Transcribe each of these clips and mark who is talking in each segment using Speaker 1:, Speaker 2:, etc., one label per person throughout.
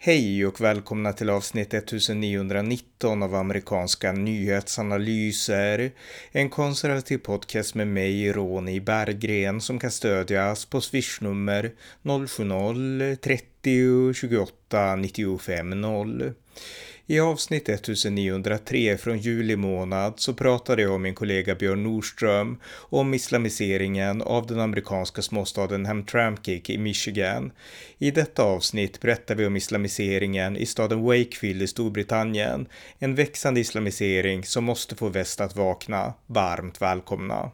Speaker 1: Hej och välkomna till avsnitt 1919 av amerikanska nyhetsanalyser. En konservativ podcast med mig, Ronny Berggren, som kan stödjas på swishnummer 070-30 28 95 0. I avsnitt 1903 från juli månad så pratade jag och min kollega Björn Nordström om islamiseringen av den amerikanska småstaden Hamtramck i Michigan. I detta avsnitt berättar vi om islamiseringen i staden Wakefield i Storbritannien. En växande islamisering som måste få väst att vakna. Varmt välkomna.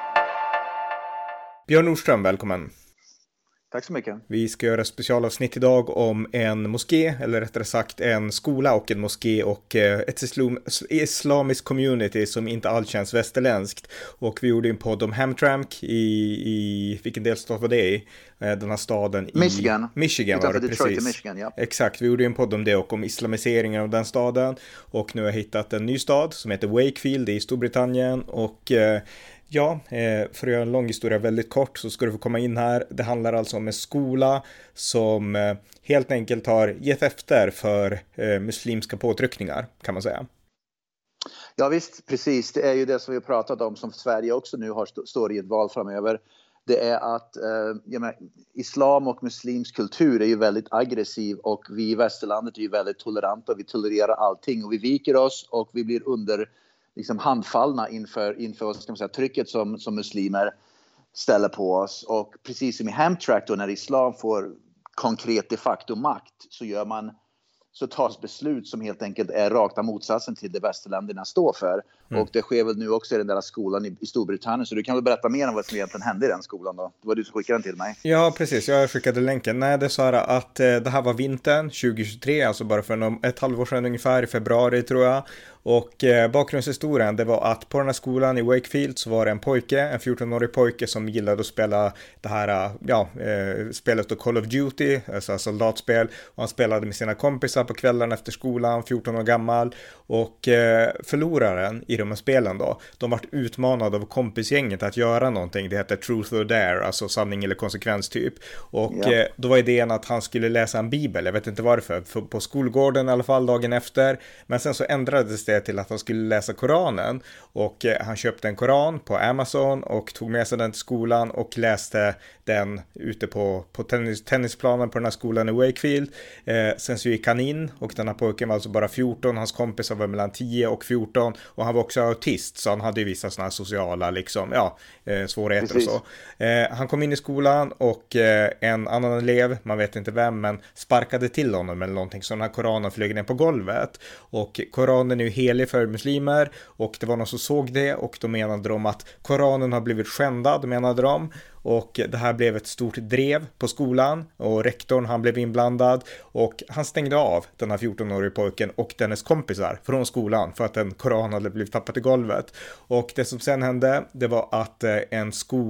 Speaker 1: Björn Nordström, välkommen.
Speaker 2: Tack så mycket.
Speaker 1: Vi ska göra specialavsnitt idag om en moské, eller rättare sagt en skola och en moské och ett islamiskt community som inte alls känns västerländskt. Och vi gjorde en podd om Hamtramck i vilken delstat var det i? Den här staden i Michigan var det, precis.
Speaker 2: Michigan, ja.
Speaker 1: Exakt, vi gjorde en podd om det och om islamiseringen av den staden. Och nu har jag hittat en ny stad som heter Wakefield i Storbritannien och ja, för att göra en lång historia väldigt kort så ska du få komma in här. Det handlar alltså om en skola som helt enkelt har gett efter för muslimska påtryckningar, kan man säga.
Speaker 2: Ja visst, precis. Det är ju det som vi har pratat om som Sverige också nu står i ett val framöver. Det är att islam och muslimsk kultur är ju väldigt aggressiv och vi i västerlandet är ju väldigt toleranta och vi tolererar allting och vi viker oss och vi blir handfallna inför ska man säga, trycket som muslimer ställer på oss. Och precis som i Hamtramck då, när islam får konkret de facto makt så tas beslut som helt enkelt är rakt av motsatsen till det västerländerna står för. Och det sker väl nu också i den där skolan i Storbritannien. Så du kan väl berätta mer om vad som egentligen hände i den skolan då? Det var du som skickade den till mig.
Speaker 1: Ja, precis. Jag skickade länken. Nej, det sa att det här var vintern 2023, alltså bara för ett halvår sedan ungefär, i februari tror jag. Och bakgrundshistorien, det var att på den här skolan i Wakefield så var det en 14-årig pojke som gillade att spela det här, spelet då Call of Duty, alltså soldatspel. Och han spelade med sina kompisar på kvällen efter skolan, 14 år gammal. Och förloraren i de här spelen då, de vart utmanade av kompisgänget att göra någonting. Det heter Truth or Dare, alltså sanning eller konsekvens typ. Och då var idén att han skulle läsa en bibel, jag vet inte varför, på skolgården i alla fall dagen efter. Men sen så ändrades det till att han skulle läsa Koranen och han köpte en Koran på Amazon och tog med sig den till skolan och läste den ute på tennisplanen på den här skolan i Wakefield. Sen så gick han in och den här pojken var alltså bara 14, hans kompisar var mellan 10 och 14 och han var också autist så han hade ju vissa sådana här sociala svårigheter. Precis. Och så. Han kom in i skolan och en annan elev, man vet inte vem, men sparkade till honom eller någonting så den här Koranen flög ner på golvet och Koranen är ju helig för muslimer och det var någon som såg det och då menade de att Koranen har blivit skändad, menade de. Och det här blev ett stort drev på skolan och rektorn han blev inblandad och han stängde av den här 14-åriga pojken och dennes kompisar från skolan för att en koran hade blivit tappat i golvet. Och det som sen hände det var att en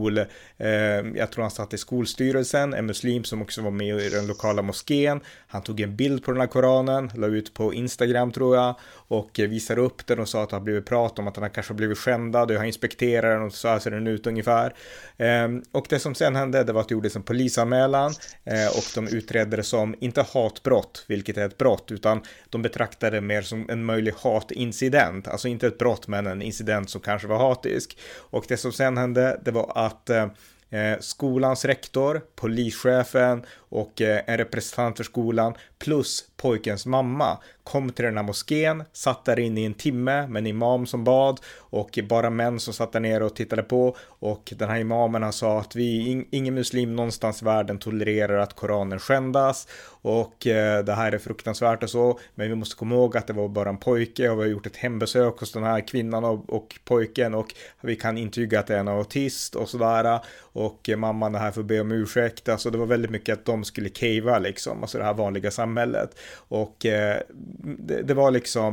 Speaker 1: jag tror han satt i skolstyrelsen, en muslim som också var med i den lokala moskén, han tog en bild på den här koranen, la ut på Instagram tror jag och visade upp den och sa att det har blivit prat om att den har kanske blivit skändad och jag har inspekterat den och så här ser den ut ungefär. Och det som sen hände det var att det gjordes en polisanmälan och de utredde det som inte hatbrott, vilket är ett brott, utan de betraktade det mer som en möjlig hatincident, alltså inte ett brott men en incident som kanske var hatisk. Och det som sen hände det var att skolans rektor, polischefen och en representant för skolan plus pojkens mamma kom till den här moskén, satt där inne i en timme med en imam som bad och bara män som satt där nere och tittade på och den här imamen han sa att ingen muslim någonstans i världen tolererar att Koranen skändas och det här är fruktansvärt och så, men vi måste komma ihåg att det var bara en pojke och vi har gjort ett hembesök hos den här kvinnan och pojken och vi kan intyga att det är en autist och sådär och mamman det här får be om ursäkt, alltså det var väldigt mycket att de skulle cavea liksom, alltså det här vanliga samhället och det var liksom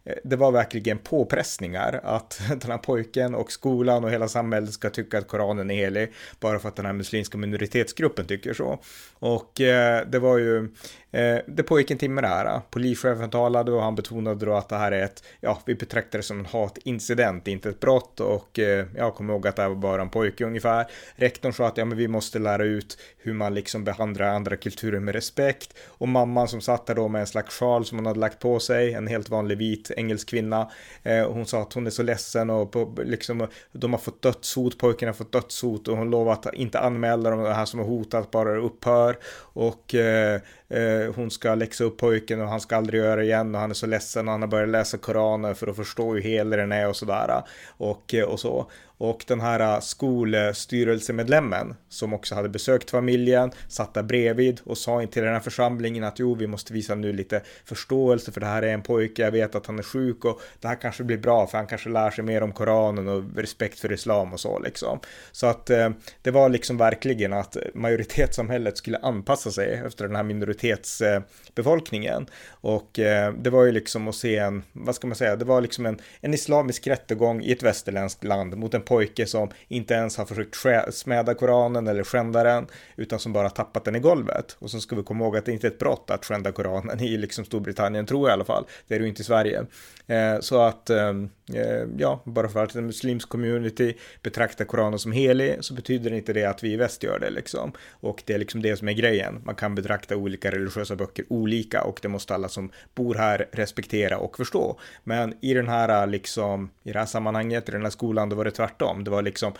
Speaker 1: det var verkligen påpressningar att den här pojken och skolan och hela samhället ska tycka att Koranen är helig bara för att den här muslimska minoritetsgruppen tycker så. Och det var ju det pågick en timme där. Polischefen talade och han betonade då att det här är vi betraktar det som en hatincident, inte ett brott, och jag kommer ihåg att det här var bara en pojke ungefär. Rektorn sa att men vi måste lära ut hur man liksom behandlar andra kulturer med respekt, och mamman som satt där då med en slags sjal som hon hade lagt på sig, en helt vanlig vit engelsk kvinna, hon sa att hon är så ledsen och liksom, de har fått dödshot, pojken har fått dödshot, och hon lovade att inte anmäla dem, det här som har hotat, bara upphör, och hon ska läxa upp pojken och han ska aldrig göra det igen, och han är så ledsen och han har börjat läsa Koranen för att förstå hur helig den är och sådär, och så. Och den här skolstyrelsemedlemmen som också hade besökt familjen satt där bredvid och sa till den här församlingen att vi måste visa nu lite förståelse, för det här är en pojke, jag vet att han är sjuk och det här kanske blir bra för han kanske lär sig mer om Koranen och respekt för islam och så liksom. Så att det var liksom verkligen att majoritetssamhället skulle anpassa sig efter den här minoritetsbefolkningen, och det var ju liksom att se det var liksom en islamisk rättegång i ett västerländskt land mot en pojke som inte ens har försökt smäda Koranen eller skända den, utan som bara tappat den i golvet. Och så ska vi komma ihåg att det inte är ett brott att skända Koranen i liksom Storbritannien, tror jag i alla fall. Det är det ju inte i Sverige. Så att bara för att en muslimsk community betraktar Koranen som helig, så betyder inte det att vi i väst gör det liksom. Och det är liksom det som är grejen. Man kan betrakta olika religiösa böcker olika, och det måste alla som bor här respektera och förstå. Men i den här liksom, i det här sammanhanget, i den här skolan, då var det tvärtom. Det var liksom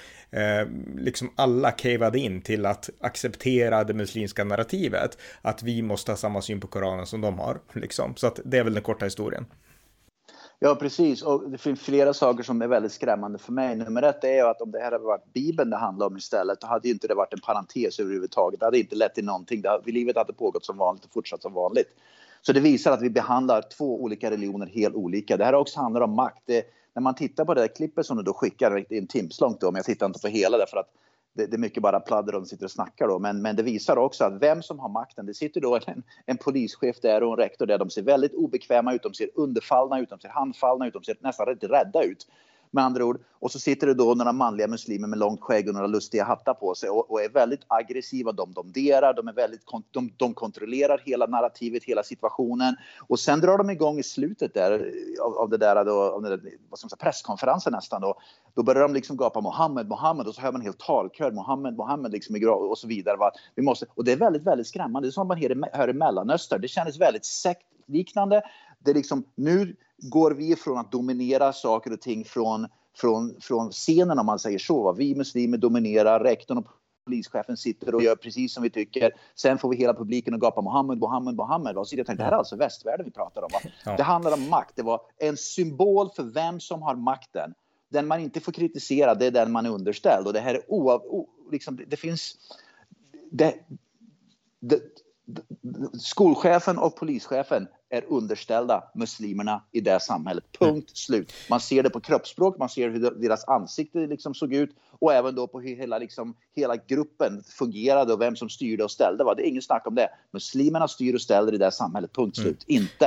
Speaker 1: alla cavade in till att acceptera det muslimska narrativet, att vi måste ha samma syn på Koranen som de har liksom. Så att det är väl den korta historien.
Speaker 2: Ja, precis. Och det finns flera saker som är väldigt skrämmande för mig. Nummer ett är ju att om det här hade varit Bibeln det handlar om istället, då hade inte det varit en parentes överhuvudtaget. Det hade inte lett till någonting. Livet hade pågått som vanligt och fortsatt som vanligt. Så det visar att vi behandlar två olika religioner helt olika. Det här också handlar om makt. När man tittar på det där klippet som du då skickar, det är en timslångt då, men jag tittar inte på hela därför att det är mycket bara pladder och de sitter och snackar då. Men det visar också att vem som har makten, det sitter då en polischef där och en rektor där. De ser väldigt obekväma ut, de ser underfallna ut, de ser handfallna ut, de ser nästan rätt rädda ut. Med andra ord. Och så sitter det då några manliga muslimer med långt skägg och några lustiga hattar på sig och är väldigt aggressiva. De domderar, de kontrollerar hela narrativet, hela situationen. Och sen drar de igång i slutet där av det där då, av den där, vad ska man säga, presskonferensen nästan då. Då börjar de liksom gapa Mohammed, Mohammed, och så hör man helt talkör Mohammed, Mohammed liksom och så vidare. Va? Och det är väldigt, väldigt skrämmande. Det är som man hör i Mellanöstern. Det kändes väldigt sektliknande. Det är liksom, nu går vi från att dominera saker och ting från scenen, om man säger så. Va? Vi muslimer dominerar, rektorn och polischefen sitter och gör precis som vi tycker. Sen får vi hela publiken att gapa Mohammed, Mohammed, Mohammed. Och så jag tänkte, det här är alltså västvärlden vi pratar om. Va? Ja. Det handlar om makt. Det var en symbol för vem som har makten. Den man inte får kritisera, det är den man är underställd. Och det här är liksom, det finns... Skolchefen och polischefen är underställda muslimerna i det samhället. Punkt slut. Man ser det på kroppsspråk, man ser hur deras ansikte liksom såg ut, och även då på hur hela gruppen fungerade och vem som styrde och ställde. Va? Det är ingen snack om det. Muslimerna styr och ställer i det samhället. Punkt slut.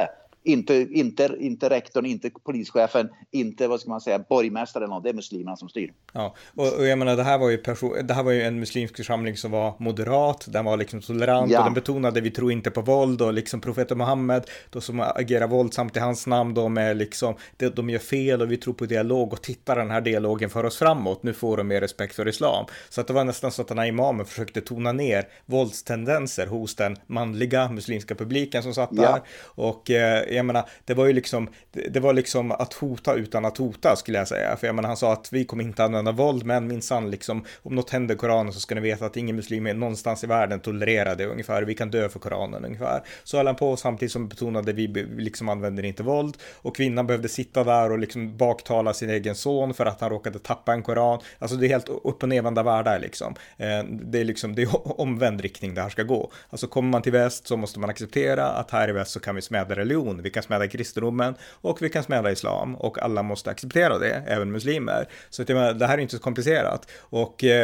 Speaker 2: Inte rektorn, inte polischefen, inte vad ska man säga, borgmästaren, eller något. Det är muslimerna som styr.
Speaker 1: Ja, och jag menar, det här var ju en muslimsk församling som var moderat, den var liksom tolerant, och den betonade vi tror inte på våld, och liksom profeten Muhammed då som agerar våldsamt i hans namn, de är liksom, de gör fel och vi tror på dialog, och tittar den här dialogen för oss framåt, nu får de mer respekt för islam. Så att det var nästan så att den här imamen försökte tona ner våldstendenser hos den manliga muslimska publiken som satt där, och jag menar, det var liksom att hota utan att hota, skulle jag säga. För jag menar, han sa att vi kommer inte använda våld, men minsann liksom, om något händer Koranen så ska ni veta att ingen muslim är någonstans i världen tolererar det ungefär. Vi kan dö för Koranen ungefär. Så höll han på, samtidigt som betonade vi liksom använder inte våld. Och kvinnan behövde sitta där och liksom baktala sin egen son för att han råkade tappa en Koran. Alltså det är helt upp- och nedvända världar liksom. Det är omvänd riktning det här ska gå. Alltså kommer man till väst så måste man acceptera att här i väst så kan vi smäda religion. Vi kan smäda kristendomen och vi kan smäda islam, och alla måste acceptera det, även muslimer. Så att det här är inte så komplicerat. Och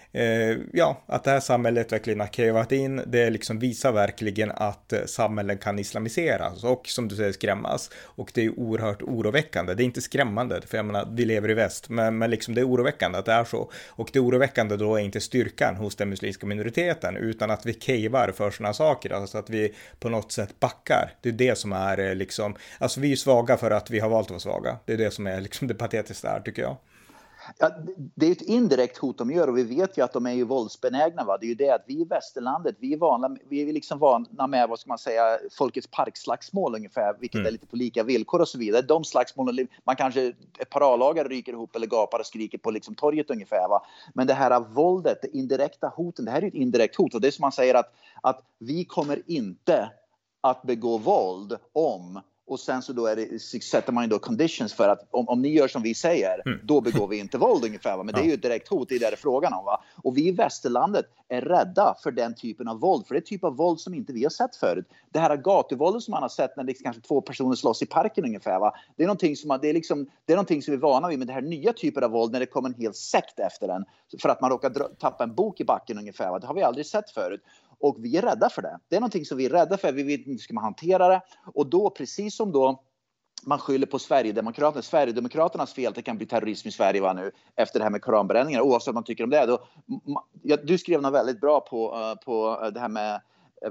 Speaker 1: att det här samhället verkligen har kevat in. Det liksom visar verkligen att samhällen kan islamiseras och som du säger skrämmas. Och det är oerhört oroväckande. Det är inte skrämmande, för jag menar, vi lever i väst, men liksom det är oroväckande att det är så. Och det oroväckande då är inte styrkan hos den muslimska minoriteten, utan att vi kevar för sådana saker, alltså att vi på något sätt backar. Det är det som är liksom, alltså vi är svaga för att vi har valt att vara svaga. Det är det som är liksom det patetiska där, tycker jag.
Speaker 2: Ja, det är ett indirekt hot de gör, och vi vet ju att de är ju våldsbenägna. Va? Det är ju det att vi i västerlandet, vi är liksom vana med, vad ska man säga, folkets parkslagsmål ungefär, vilket är lite på lika villkor och så vidare. De slagsmålen, man kanske ett par A-lagare ryker ihop eller gapar och skriker på liksom torget ungefär. Va? Men det här våldet, det indirekta hoten, det här är ett indirekt hot, och det är som man säger att vi kommer inte att begå våld om. Och sen så då sätter man ju då conditions för att om ni gör som vi säger, då begår vi inte våld ungefär. Va? Men det är ju ett direkt hot, det är det frågan om. Va? Och vi i västerlandet är rädda för den typen av våld. För det är typ av våld som inte vi har sett förut. Det här gatuvåldet som man har sett när det kanske 2 personer slåss i parken ungefär. Va? Det är någonting som det är någonting som vi är vana vid. Men det här nya typer av våld när det kommer en hel sekt efter den. För att man råkar tappa en bok i backen ungefär. Va? Det har vi aldrig sett förut. Och vi är rädda för det. Det är någonting som vi är rädda för. Vi vet inte hur ska man hantera det. Och då, precis som då man skyller på Sverigedemokraternas fel att det kan bli terrorism i Sverige, va, nu efter det här med koranbränningar, oavsett vad man tycker om det. Då, du skrev något väldigt bra på det här med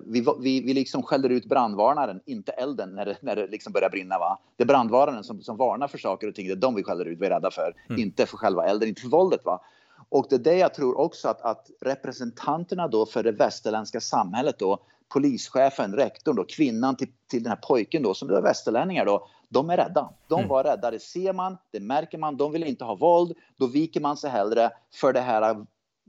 Speaker 2: vi liksom skäller ut brandvarnaren, inte elden när det liksom börjar brinna. Va? Det är brandvarnaren som varnar för saker och ting. Det är de vi skäller ut, vi är rädda för. Inte för själva elden, inte för våldet. Va? Och det är det jag tror också att representanterna då för det västerländska samhället då, polischefen, rektorn då, kvinnan till den här pojken då, som är västerlänningar då, de är rädda. De var rädda, det ser man, det märker man, de vill inte ha våld, då viker man sig hellre för det här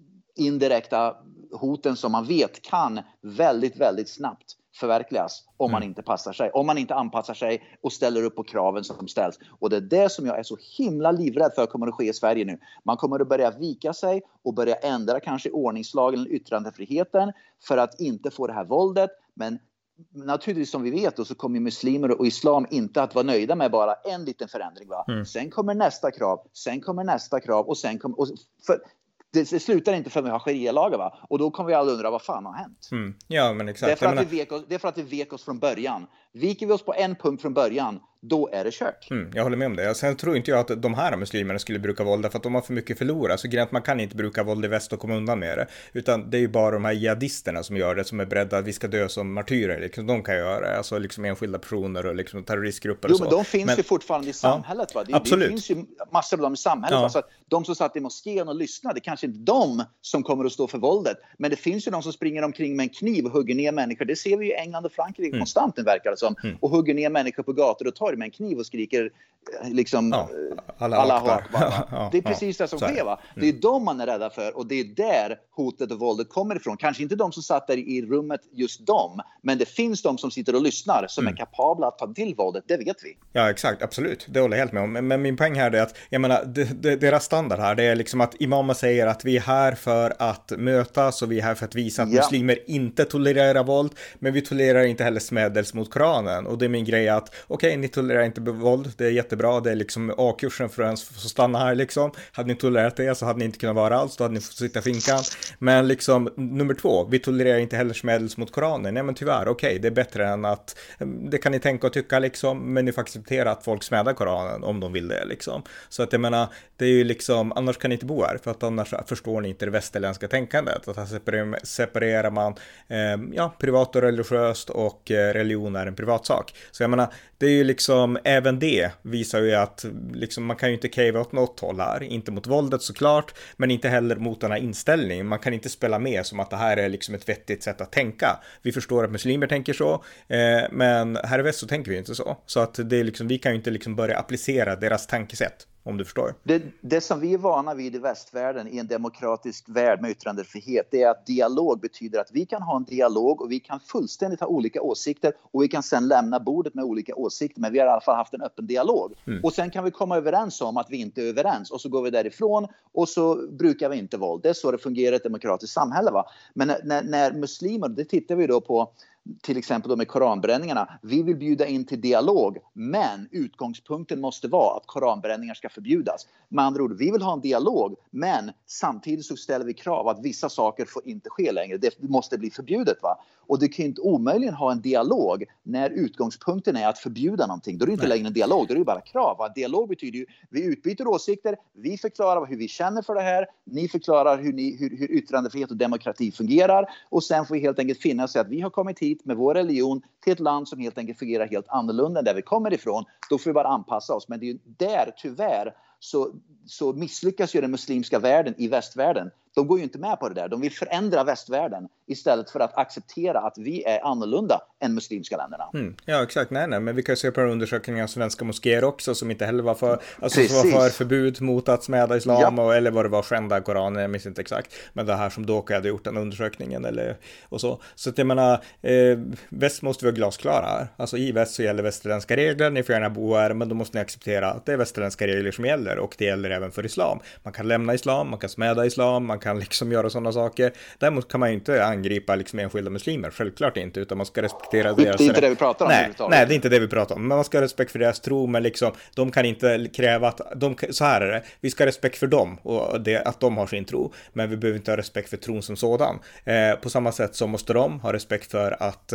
Speaker 2: indirekta hoten som man vet kan väldigt, väldigt snabbt förverkligas om man inte passar sig, om man inte anpassar sig och ställer upp på kraven som ställs. Och det är det som jag är så himla livrädd för kommer att ske i Sverige nu. Man kommer att börja vika sig och börja ändra kanske ordningslagen eller yttrandefriheten för att inte få det här våldet. Men naturligtvis som vi vet då, så kommer muslimer och islam inte att vara nöjda med bara en liten förändring. Va? Sen kommer nästa krav, sen kommer nästa krav och sen kommer... Det slutar inte för att vi har sharia-lagar, va? Och då kommer vi alla undra vad fan har hänt.
Speaker 1: Ja, men exakt.
Speaker 2: Det är för att vi vek oss från början. Viker vi oss på en punkt från början, då är det kört.
Speaker 1: Jag håller med om det. Sen tror inte jag att de här muslimerna skulle bruka våld för att de har för mycket förlora. Så grejt, man kan inte bruka våld i väst och komma undan med det. Utan det är ju bara de här jihadisterna som gör det, som är beredda att vi ska dö som martyrer. Liksom, de kan göra det. Alltså liksom enskilda personer och liksom terroristgrupper och så.
Speaker 2: Men de finns ju fortfarande i samhället. Va? Det finns ju massor av dem i samhället. Ja. Alltså, de som satt i moskén och lyssnade, kanske inte de som kommer att stå för våldet. Men det finns ju de som springer omkring med en kniv och hugger ner människor. Det ser vi i England och Frankrike konstant, det verkar det som. Och hugger ner människor på gator och torg med en kniv och skriker liksom alla Akbar. Det är precis det som sker. Va? Det är de man är rädda för, och det är där hotet och våldet kommer ifrån. Kanske inte de som satt där i rummet, just dem, men det finns de som sitter och lyssnar som är kapabla att ta till våldet, det vet vi.
Speaker 1: Ja, exakt, absolut. Det håller jag helt med om. Men min poäng här är att, jag menar, deras standard här, det är liksom att imamer säger att vi är här för att mötas och vi är här för att visa att muslimer inte tolererar våld, men vi tolererar inte heller smädels mot Koranen. Och det är min grej att, okej, ni tolererar inte våld, det är jättebra, det är liksom A-kursen för att ens få stanna här liksom. Hade ni tolererat det så hade ni inte kunnat vara alls, då hade ni fått sitta finkan. Men liksom, nummer 2, vi tolererar inte heller smädels mot Koranen. Nej, men tyvärr, okej, det är bättre än att, det kan ni tänka och tycka liksom, men ni får acceptera att folk smädar Koranen om de vill det liksom. Så att jag menar, det är ju liksom, annars kan ni inte bo här, för att annars förstår ni inte det västerländska tänkandet. Att här separerar man privat och religiöst, och religion är en privatsak. Så jag menar, det är ju liksom, även det visar ju att liksom, man kan ju inte cave åt något håll här, inte mot våldet såklart, men inte heller mot den här inställningen. Man kan inte spela med som att det här är liksom ett vettigt sätt att tänka. Vi förstår att muslimer tänker så, men här i väst så tänker vi inte så. Så att det är liksom, vi kan ju inte liksom börja applicera deras tankesätt, om du förstår.
Speaker 2: Det som vi är vana vid i västvärlden, i en demokratisk värld med yttrandefrihet, det är att dialog betyder att vi kan ha en dialog och vi kan fullständigt ha olika åsikter, och vi kan sen lämna bordet med olika åsikter, men vi har i alla fall haft en öppen dialog. Och sen kan vi komma överens om att vi inte är överens, och så går vi därifrån och så brukar vi inte våld. Det är så det fungerar i ett demokratiskt samhälle. Va? Men när muslimer, det tittar vi då på till exempel då med koranbränningarna. Vi vill bjuda in till dialog, men utgångspunkten måste vara att koranbränningar ska förbjudas. Med andra ord, vi vill ha en dialog, men samtidigt så ställer vi krav att vissa saker får inte ske längre. Det måste bli förbjudet, va? Och du kan inte omöjligen ha en dialog när utgångspunkten är att förbjuda någonting. Då är det inte längre en dialog, då är det bara krav. Va? Dialog betyder ju, vi utbyter åsikter, vi förklarar hur vi känner för det här, ni förklarar hur yttrandefrihet och demokrati fungerar, och sen får vi helt enkelt finna oss att vi har kommit hit med vår religion till ett land som helt enkelt fungerar helt annorlunda än där vi kommer ifrån. Då får vi bara anpassa oss. Men det är ju där, tyvärr, så misslyckas ju den muslimska världen i västvärlden. De går ju inte med på det där. De vill förändra västvärlden istället för att acceptera att vi är annorlunda än muslimska länderna.
Speaker 1: Ja, exakt. Nej, men vi kan se på undersökningar av svenska moskéer också som inte heller var för, alltså, som var för förbud mot att smäda islam eller vad det var, skända Koranen, jag minns inte exakt. Men det här som Doka hade gjort den undersökningen och så. Så att jag menar, väst måste vara glasklara här. Alltså i väst så gäller västerländska regler, ni får gärna bo här, men då måste ni acceptera att det är västerländska regler som gäller, och det gäller även för islam. Man kan lämna islam, man kan smäda islam, man kan liksom göra sådana saker. Däremot kan man ju inte angripa liksom enskilda muslimer, självklart inte, utan man ska respektera deras...
Speaker 2: Det är inte det vi pratar om.
Speaker 1: Nej, det är inte det vi pratar om. Men man ska ha respekt för deras tro, men liksom, de kan inte kräva att så här är det. Vi ska ha respekt för dem och det, att de har sin tro, men vi behöver inte ha respekt för tron som sådan. På samma sätt så måste de ha respekt för att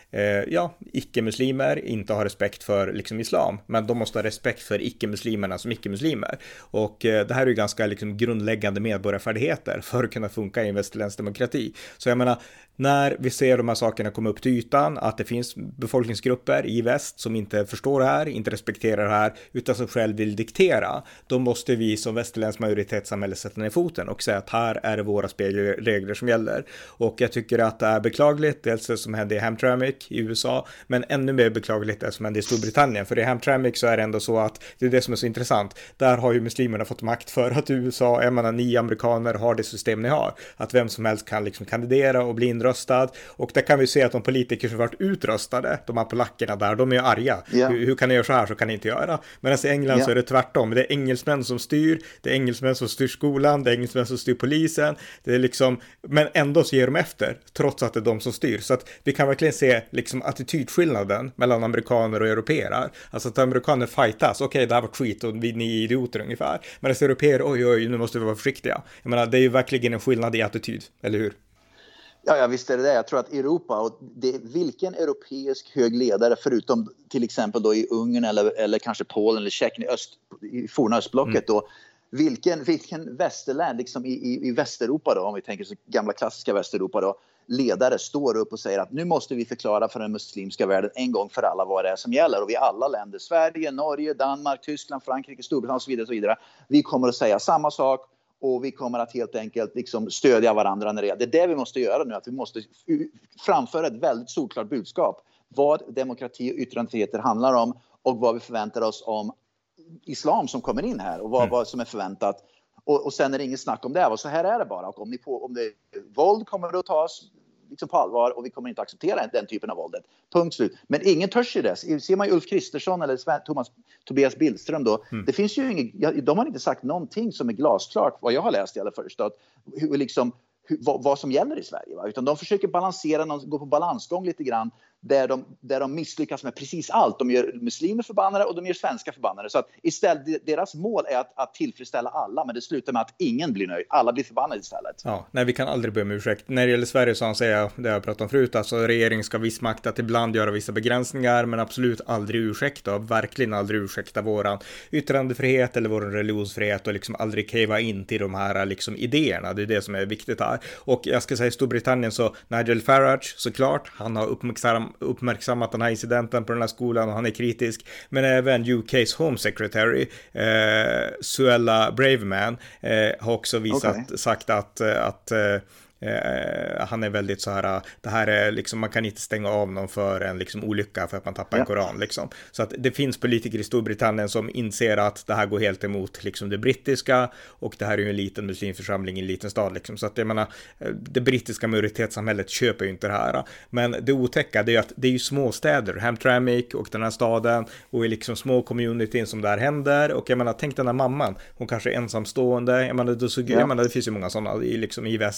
Speaker 1: icke-muslimer inte har respekt för liksom islam, men de måste ha respekt för icke-muslimerna som icke-muslimer. Och det här är ju ganska liksom grundläggande medborgarfärdigheter för att kunna funka i en västerländsk demokrati. Så jag menar, när vi ser de här sakerna komma upp till ytan, att det finns befolkningsgrupper i väst som inte förstår det här, inte respekterar det här, utan som själv vill diktera, då måste vi som västerländsk majoritetssamhälle sätta ner foten och säga att här är det våra spelregler som gäller. Och jag tycker att det är beklagligt, dels det som hände i Hamtramck i USA, men ännu mer beklagligt det som hände i Storbritannien. För i Hamtramck så är det ändå så att det är det som är så intressant. Där har ju muslimerna fått makt för att USA, jag menar, ni amerikaner har det system ni har. Att vem som helst kan liksom kandidera och bli inröstad. Och där kan vi se att de politiker som varit utröstade, de här polackerna där, de är arga. Yeah. Hur kan ni göra så här, så kan ni inte göra. Men i England så är det tvärtom. Det är engelsmän som styr, det är engelsmän som styr skolan, det är engelsmän som styr polisen. Det är liksom, men ändå så ger de efter, trots att det är de som styr. Så att vi kan verkligen se liksom attitydskillnaden mellan amerikaner och europeer. Alltså att amerikaner fightas, okej, det här var skit och ni är idioter ungefär. Men att europeer, oj, nu måste vi vara försiktiga. Jag menar, det är ju verkligen en skillnad i attityd, eller hur?
Speaker 2: Ja, visst är det det. Jag tror att Europa, och vilken europeisk hög ledare, förutom till exempel då i Ungern eller kanske Polen eller Tjeckien i forna östblocket då, vilken västerland liksom i Västeuropa då, om vi tänker så gamla klassiska Västeuropa då, ledare står upp och säger att nu måste vi förklara för den muslimska världen en gång för alla vad det är som gäller. Och vi alla länder, Sverige, Norge, Danmark, Tyskland, Frankrike, Storbritannien och så vidare, vi kommer att säga samma sak. Och vi kommer att helt enkelt liksom stödja varandra när det är. Det är det vi måste göra nu. Att vi måste framföra ett väldigt solklart budskap. Vad demokrati och yttrandefriheter handlar om. Och vad vi förväntar oss om islam som kommer in här. Och vad som är förväntat. Och sen är det ingen snack om det. Och så här är det bara. Och om det våld kommer det att tas liksom på allvar. Och vi kommer inte acceptera den typen av våldet. Punkt slut. Men ingen törs ju det. Ser man Ulf Kristersson eller Tobias Billström då. Det finns ju de har inte sagt någonting som är glasklart. Vad jag har läst i alla först. Vad som gäller i Sverige. Va? Utan de försöker balansera, gå på balansgång lite grann. Där de misslyckas med precis allt. De gör muslimer förbannade och de gör svenska förbannade. Så att istället, deras mål är att tillfredsställa alla. Men det slutar med att ingen blir nöjd. Alla blir förbannade istället.
Speaker 1: Ja, nej, vi kan aldrig be om ursäkt. När det gäller Sverige så anser jag, det jag pratat om förut, alltså regeringen ska viss makt att ibland göra vissa begränsningar, men absolut aldrig ursäkta, verkligen aldrig ursäkta våran yttrandefrihet eller vår religionsfrihet och liksom aldrig cava in till de här liksom idéerna. Det är det som är viktigt här. Och jag ska säga i Storbritannien så Nigel Farage, såklart, han har uppmärksammat den här incidenten på den här skolan och han är kritisk, men även UK's Home Secretary Suella Braverman har också sagt att han är väldigt så här, det här är liksom, man kan inte stänga av någon för en liksom olycka för att man tappar en koran liksom. Så att det finns politiker i Storbritannien som inser att det här går helt emot liksom det brittiska, och det här är ju en liten muslimförsamling i en liten stad liksom. Så att jag menar, det brittiska majoritetssamhället köper ju inte det här. Men det otäcka, det är ju att det är ju små städer, Hamtramck och den här staden, och i liksom små communityn som där händer. Och jag menar, tänk den här mamman, hon kanske är ensamstående, jag menar, det finns ju många sådana i väst.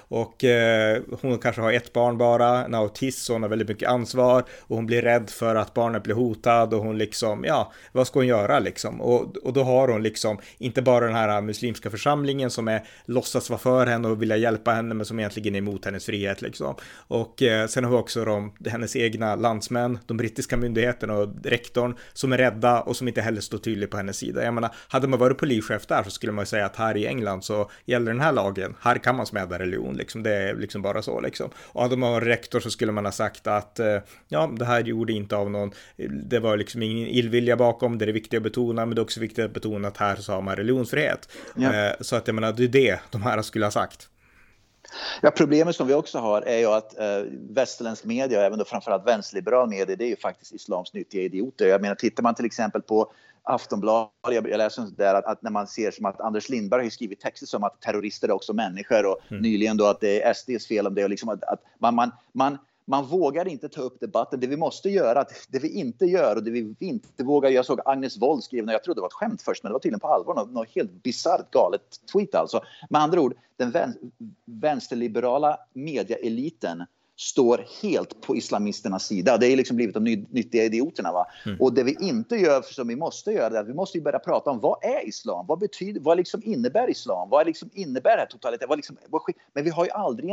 Speaker 1: Och hon kanske har ett barn bara, en autist, så hon har väldigt mycket ansvar och hon blir rädd för att barnet blir hotad och hon liksom, ja, vad ska hon göra liksom? Och då har hon liksom inte bara den här muslimska församlingen som låtsas vara för henne och vilja hjälpa henne, men som egentligen är emot hennes frihet liksom. Och sen har vi också hennes egna landsmän, de brittiska myndigheterna och rektorn som är rädda och som inte heller står tydligt på hennes sida. Jag menar, hade man varit polischef där så skulle man säga att här i England så gäller den här lagen, här kan man smäda religion liksom, det är liksom bara så liksom. Och hade man varit rektor så skulle man ha sagt att ja, det här gjorde inte av någon, det var liksom ingen illvilja bakom, det är viktigt att betona, men det är också viktigt att betona att här så har man religionsfrihet. Ja. Så att jag menar, det är det de här skulle ha sagt.
Speaker 2: Ja, problemet som vi också har är ju att västerländsk media, och även då framförallt vänsterliberal media, det är ju faktiskt islams nyttiga idioter. Jag menar, tittar man till exempel på Aftonbladet, jag läser där att när man ser som att Anders Lindberg har skrivit texter som att terrorister är också människor och nyligen då att det är SDs fel om det, och liksom att man vågar inte ta upp debatten. Det vi måste göra, det vi inte gör och det vi inte vågar. Jag såg Agnes Wold skriva, jag trodde det var ett skämt först, men det var tydligen på allvar, något helt bisarrt galet tweet alltså. Med andra ord, den vänsterliberala mediaeliten står helt på islamisternas sida. Det är liksom blivit de nyttiga idioterna, va? Och det vi inte gör, som vi måste göra, är att vi måste ju börja prata om vad är islam? Vad liksom innebär islam? Vad liksom innebär det här totalitet? Men vi har ju aldrig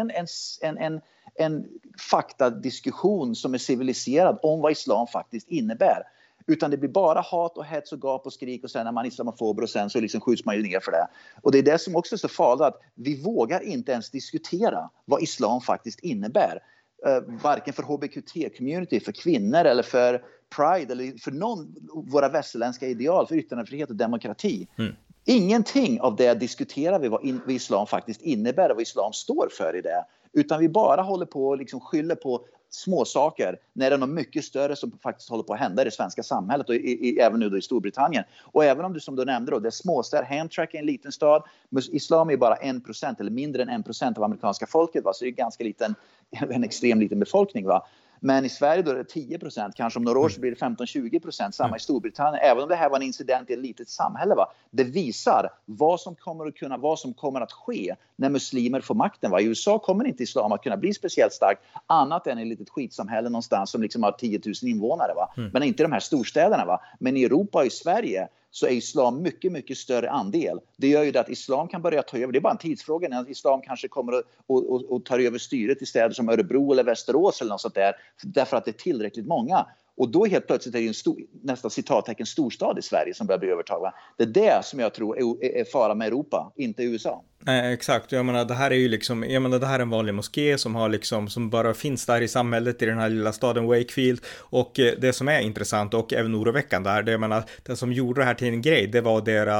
Speaker 2: en faktadiskussion som är civiliserad om vad islam faktiskt innebär. Utan det blir bara hat och hets och gap och skrik, och sen när man är islamofober och sen så liksom skjuts man ju ner för det. Och det är det som också är så farligt, att vi vågar inte ens diskutera vad islam faktiskt innebär. Varken för HBQT-community, för kvinnor eller för Pride eller för någon våra västerländska ideal, för yttrandefrihet och demokrati. Ingenting av det diskuterar vi vad islam faktiskt innebär och vad islam står för i det. Utan vi bara håller på och liksom skyller på små saker när det är något mycket större som faktiskt håller på att hända i det svenska samhället och även nu då i Storbritannien. Och även om du, som du nämnde då, det är småstäder, Hamtramck är en liten stad, men islam är bara 1% eller mindre än 1% av amerikanska folket, va? Så det är ganska liten, en extrem liten befolkning, va? Men i Sverige då är det 10%, kanske om några år så blir det 15-20%, samma i Storbritannien. Även om det här var en incident i ett litet samhälle, va? Det visar vad som kommer att ske när muslimer får makten, va? I USA kommer inte islam att kunna bli speciellt starkt annat än i ett litet skitsamhälle någonstans som liksom har 10 000 invånare, va? Men inte de här storstäderna, va? Men i Europa och i Sverige så är islam mycket, mycket större andel. Det gör ju det att islam kan börja ta över. Det är bara en tidsfråga när islam kanske kommer att ta över styret i städer som Örebro eller Västerås eller något sånt där. Därför att det är tillräckligt många. Och då helt plötsligt är det nästa citattecken storstad i Sverige som börjar bli övertagna. Det är det som jag tror är fara med Europa, inte USA.
Speaker 1: Nej, exakt. Jag menar, det här är ju liksom, det här är en vanlig moské som har liksom, som bara finns där i samhället i den här lilla staden Wakefield. Och det som är intressant och även oroväckande här, det jag menar, den som gjorde det här till en grej, det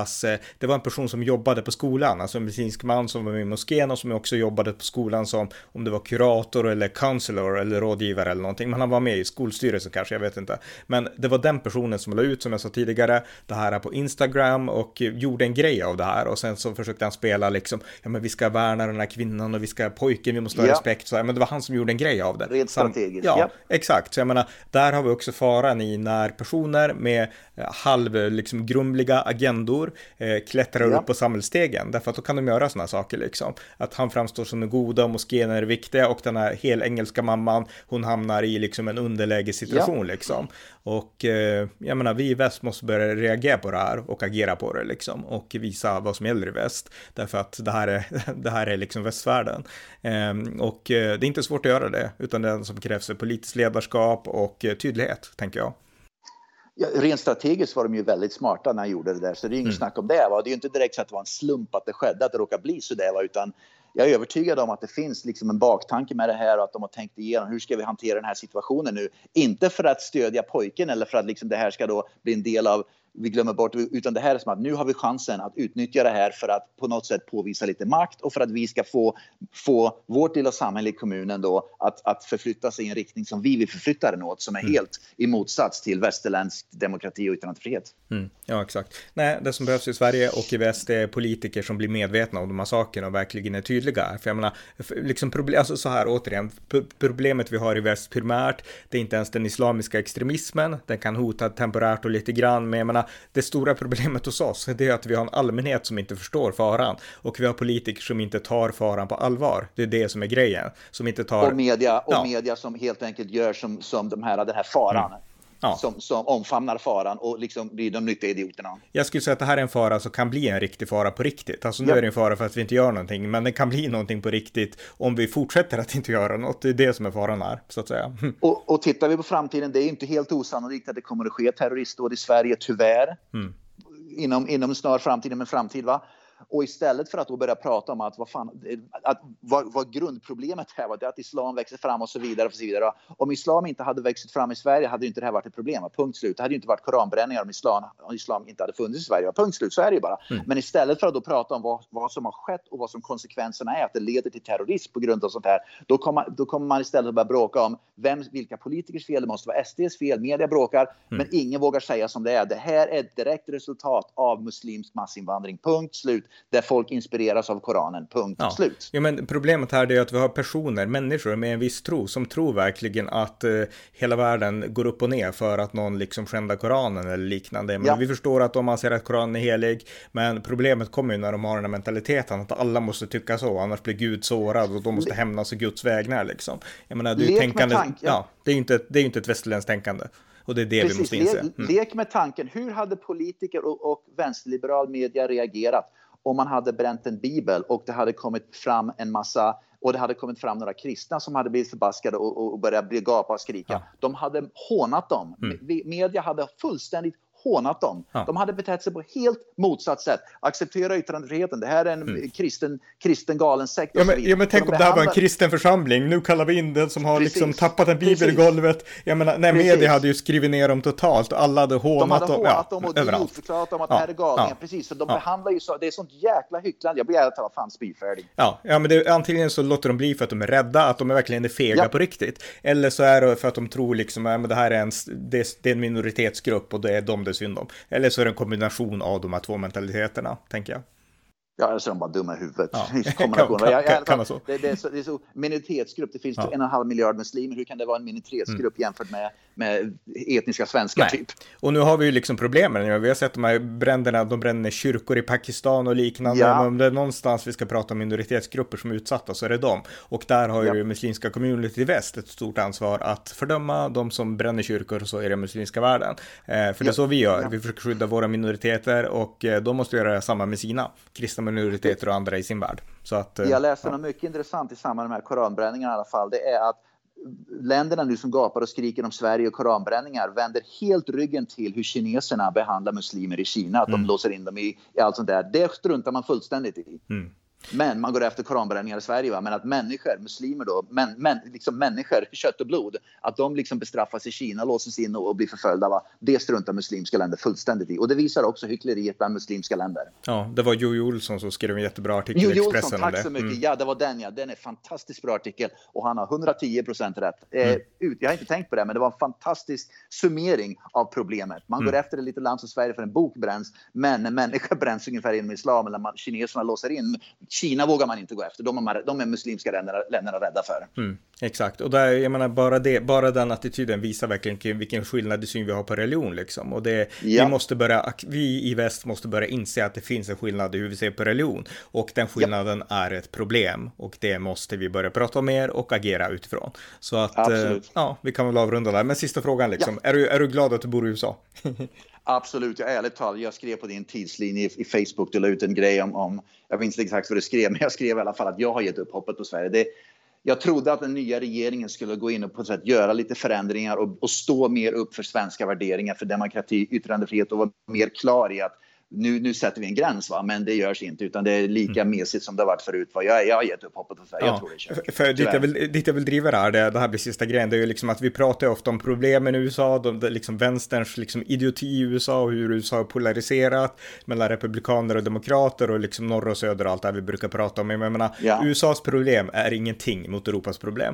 Speaker 1: var en person som jobbade på skolan, alltså en medicinsk man som var med i moskén och som också jobbade på skolan som, om det var kurator eller counselor eller rådgivare eller någonting, men han var med i skolstyrelsen kanske, jag vet inte. Men det var den personen som la ut, som jag sa tidigare, det här på Instagram och gjorde en grej av det här, och sen så försökte han spela liksom, ja men vi ska värna den här kvinnan och vi ska pojken, vi måste ha respekt, så här. Men det var han som gjorde en grej av det.
Speaker 2: Rent strategiskt.
Speaker 1: Ja, exakt. Så jag menar, där har vi också faran i när personer med liksom grumliga agendor klättrar upp på samhällsstegen, därför att då kan de göra såna saker liksom. Att han framstår som den goda och moskén är det viktiga, och den här hel engelska mamman, hon hamnar i liksom en underlägesituation liksom. Och jag menar, vi i väst måste börja reagera på det här och agera på det liksom, och visa vad som gäller i väst, därför att det här är liksom västvärlden. Och det är inte svårt att göra det, utan det som krävs är politiskt ledarskap och tydlighet, tänker jag.
Speaker 2: Ja, rent strategiskt var de ju väldigt smarta när de gjorde det där, så det är inget snack om det, va? Det är ju inte direkt så att det var en slump att det skedde, att det råkade bli så där, va? Utan jag är övertygad om att det finns liksom en baktanke med det här, och att de har tänkt igenom hur ska vi hantera den här situationen nu. Inte för att stödja pojken eller för att liksom det här ska då bli en del av, vi glömmer bort, utan det här är som att nu har vi chansen att utnyttja det här för att på något sätt påvisa lite makt, och för att vi ska få vårt lilla samhälle i kommunen då att förflytta sig i en riktning som vi vill förflytta den åt, som är helt i motsats till västerländsk demokrati och yttrandefrihet.
Speaker 1: Ja, exakt. Nej, det som behövs i Sverige och i väst är politiker som blir medvetna om de här sakerna och verkligen är tydliga. För jag menar, liksom alltså så här återigen, problemet vi har i väst primärt, det är inte ens den islamiska extremismen, den kan hota temporärt och lite grann, men jag menar, det stora problemet hos oss, det är att vi har en allmänhet som inte förstår faran, och vi har politiker som inte tar faran på allvar. Det är det som är grejen. Som inte tar...
Speaker 2: Och media som helt enkelt gör som den här faran. Som omfamnar faran och liksom blir de nyttiga idioterna.
Speaker 1: Jag skulle säga att det här är en fara som kan bli en riktig fara på riktigt. Alltså nu är det en fara för att vi inte gör någonting, men det kan bli någonting på riktigt om vi fortsätter att inte göra något. Det är det som är faran här, så att säga.
Speaker 2: Och tittar vi på framtiden, det är inte helt osannolikt att det kommer att ske terroristdåd i Sverige, tyvärr. Inom en snar framtid, men framtid, va? Och istället för att då börja prata om vad grundproblemet här var, det att islam växer fram och så vidare och så vidare. Om islam inte hade växt fram i Sverige hade inte det här varit ett problem. Punkt slut. Det hade ju inte varit koranbränningar om islam inte hade funnits i Sverige. Punkt slut, så är det ju bara. Men istället för att då prata om vad som har skett och vad som konsekvenserna är, att det leder till terrorism på grund av sånt här, då kommer man istället att börja bråka om vilka politikers fel, det måste vara SDs fel, media bråkar, men ingen vågar säga som det är. Det här är ett direkt resultat av muslimsk massinvandring. Punkt slut. Där folk inspireras av Koranen, punkt slut.
Speaker 1: Ja, men problemet här är att vi har människor med en viss tro som tror verkligen att hela världen går upp och ner för att någon liksom skändar Koranen eller liknande. Men vi förstår att om man säger att Koranen är helig, men problemet kommer ju när de har den här mentaliteten att alla måste tycka så, annars blir Gud sårad och de måste hämnas och Guds vägnar liksom. Jag menar, det är tänkande, det är inte ett västerländskt tänkande. Och det är det vi måste inse.
Speaker 2: Lek med tanken, hur hade politiker och vänsterliberal media reagerat om man hade bränt en bibel och det hade kommit fram några kristna som hade blivit förbaskade och börjat bli gapa och skrika. De hade hånat dem. Media hade fullständigt hånat dem. De hade betett sig på helt motsatt sätt. Acceptera yttrandefriheten. Det här är en kristen galen sekt.
Speaker 1: Men tänk om det här var en kristen församling. Nu kallar vi in den som har liksom tappat en bibel i golvet. Jag menar, media hade ju skrivit ner dem totalt och alla hade hånat dem
Speaker 2: och förklarat dem att det här är galningar. Precis, så de behandlar ju så. Det är sånt jäkla hycklande. Jag blir ärligt talat fan spyfärdig.
Speaker 1: Ja, men antingen så låter de bli för att de är rädda, att de är verkligen fega på riktigt. Eller så är det för att de tror liksom att det här är en minoritetsgrupp och det är de det synd om. Eller så är det en kombination av de här två mentaliteterna, tänker jag.
Speaker 2: Ja, eller så är de bara dumma i huvudet. Det är så minoritetsgrupp. Det finns 1,5 miljard muslimer. Hur kan det vara en minoritetsgrupp jämfört med etniska svenskar typ?
Speaker 1: Och nu har vi ju liksom problemen. Vi har sett de här bränderna, de bränner kyrkor i Pakistan och liknande. Men om det är någonstans vi ska prata om minoritetsgrupper som är utsatta så är det dem. Och där har ju muslimska community i väst ett stort ansvar att fördöma de som bränner kyrkor så i den muslimska världen. För det är så vi gör. Vi försöker skydda våra minoriteter och de måste göra samma med sina kristna minoriteter och andra i sin värld. Så att,
Speaker 2: jag läste något mycket intressant i samband med de här koranbränningarna i alla fall. Det är att länderna nu som gapar och skriker om Sverige och koranbränningar vänder helt ryggen till hur kineserna behandlar muslimer i Kina. Att de låser in dem i allt sånt där. Det struntar man fullständigt i. Men man går efter koranbränningar i Sverige, va? Men att muslimer då, liksom människor, kött och blod, att de liksom bestraffas i Kina, låses in och blir förföljda, va? Det struntar muslimska länder fullständigt i. Och det visar också hyckleriet bland muslimska länder. Ja,
Speaker 1: det var Jojo Olsson som skrev en jättebra artikel i Expressen.
Speaker 2: Olsson, tack så mycket. Ja, det var den, Den är fantastiskt bra artikel och han har 110% rätt. Jag har inte tänkt på det, men det var en fantastisk summering av problemet. Man går efter det lite land som Sverige för en bok bränns, men en människa bränns ungefär inom islam, eller kineserna låser in. Kina vågar man inte gå efter. De är muslimska länderna rädda för.
Speaker 1: Exakt. Och där, jag menar, bara den attityden visar verkligen vilken skillnad i syn vi har på religion liksom. Och vi i väst måste börja inse att det finns en skillnad i hur vi ser på religion. Och den skillnaden är ett problem. Och det måste vi börja prata om mer och agera utifrån. Så att, vi kan väl avrunda där. Men sista frågan liksom. Är du glad att du bor i USA?
Speaker 2: Absolut, ärligt talat. Jag skrev på din tidslinje i Facebook, du la ut en grej om jag minns inte exakt vad du skrev, men jag skrev i alla fall att jag har gett upp hoppet på Sverige. Jag trodde att den nya regeringen skulle gå in och på ett sätt göra lite förändringar och stå mer upp för svenska värderingar, för demokrati, yttrandefrihet och vara mer klar i att nu sätter vi en gräns, va? Men det görs inte, utan det är lika mesigt som det har varit förut. Jag har gett upp hoppet på Sverige, jag tror det är kört.
Speaker 1: För dit jag vill driva det här blir sista grejen, det är ju liksom att vi pratar ofta om problemen i USA, liksom vänsterns liksom idioti i USA och hur USA är polariserat mellan republikaner och demokrater och liksom norr och söder och allt det här vi brukar prata om. Men jag menar, USAs problem är ingenting mot Europas problem.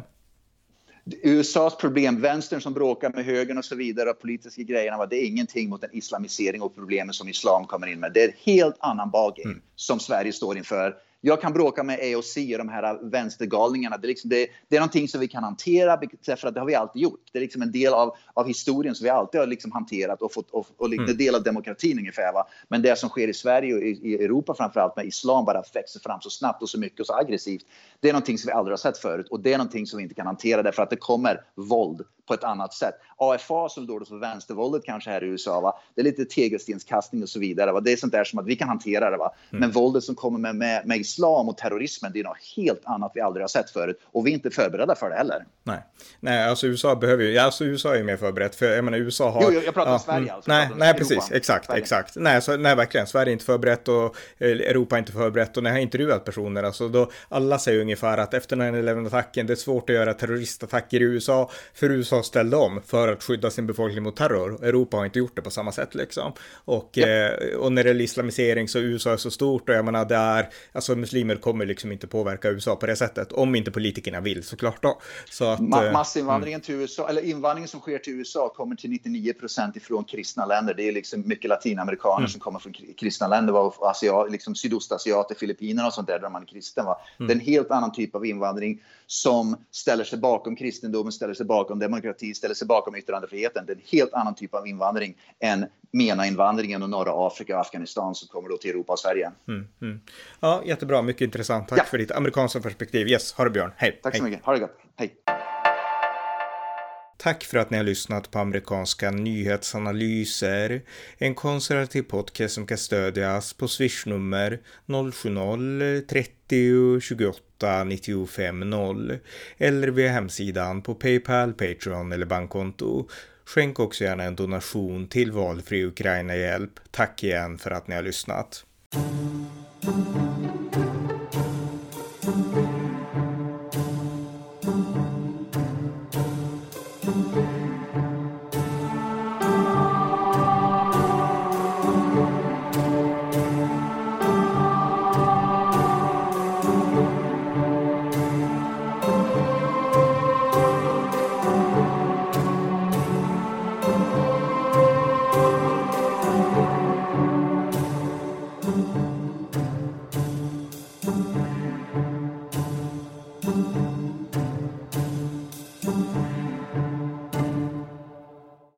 Speaker 2: USAs problem, vänstern som bråkar med högern och så vidare, och politiska grejerna, det är ingenting mot den islamisering och problemen som islam kommer in med. Det är en helt annan ballgame som Sverige står inför. Jag kan bråka med AOC och de här vänstergalningarna. Det är någonting som vi kan hantera, för att det har vi alltid gjort. Det är liksom en del av historien som vi alltid har liksom hanterat och fått, och det är del av demokratin ungefär. Va? Men det som sker i Sverige och i Europa framförallt med islam bara växer fram så snabbt och så mycket och så aggressivt. Det är någonting som vi aldrig har sett förut, och det är någonting som vi inte kan hantera därför att det kommer våld på ett annat sätt. AFA som då för vänstervåldet kanske här i USA, va? Det är lite tegelstenskastning och så vidare. Va? Det är sånt där som att vi kan hantera det. Va? Men våldet som kommer med islam och terrorismen, det är något helt annat vi aldrig har sett förut. Och vi är inte förberedda för det heller.
Speaker 1: Nej, alltså USA behöver ju, alltså USA är ju mer förberett, för jag menar USA har...
Speaker 2: Jo, jag pratar om Sverige alltså.
Speaker 1: Nej, precis, exakt. Nej, verkligen, Sverige är inte förberett och Europa är inte förberett, och när jag har intervjuat personer, alltså då, alla säger ungefär att efter 9/11-attacken, det är svårt att göra terroristattacker i USA, för USA ställde om för att skydda sin befolkning mot terror. Europa har inte gjort det på samma sätt liksom. Och när det är islamisering så USA är så stort, och jag menar det är, alltså muslimer kommer liksom inte påverka USA på det sättet, om inte politikerna vill såklart då. Så att,
Speaker 2: massinvandringen till USA, eller invandringen som sker till USA kommer till 99% ifrån kristna länder. Det är liksom mycket latinamerikaner som kommer från kristna länder, och liksom sydostasiater, Filippinerna och sånt där man är kristen. Va? Det är en helt annan typ av invandring som ställer sig bakom kristendomen, ställer sig bakom demokrati, ställer sig bakom yttrandefriheten. Det är en helt annan typ av invandring än MENA-invandringen och norra Afrika och Afghanistan som kommer då till Europa och Sverige.
Speaker 1: Ja, jättebra, mycket intressant. Tack för ditt amerikanska perspektiv. Yes, ha det Björn. Hej.
Speaker 2: Tack så mycket, ha det gott. Hej.
Speaker 1: Tack för att ni har lyssnat på amerikanska nyhetsanalyser, en konservativ podcast som kan stödjas på Swish-nummer 070-30 28 95 0 eller via hemsidan på PayPal, Patreon eller bankkonto. Skänk också gärna en donation till valfri Ukraina-hjälp. Tack igen för att ni har lyssnat.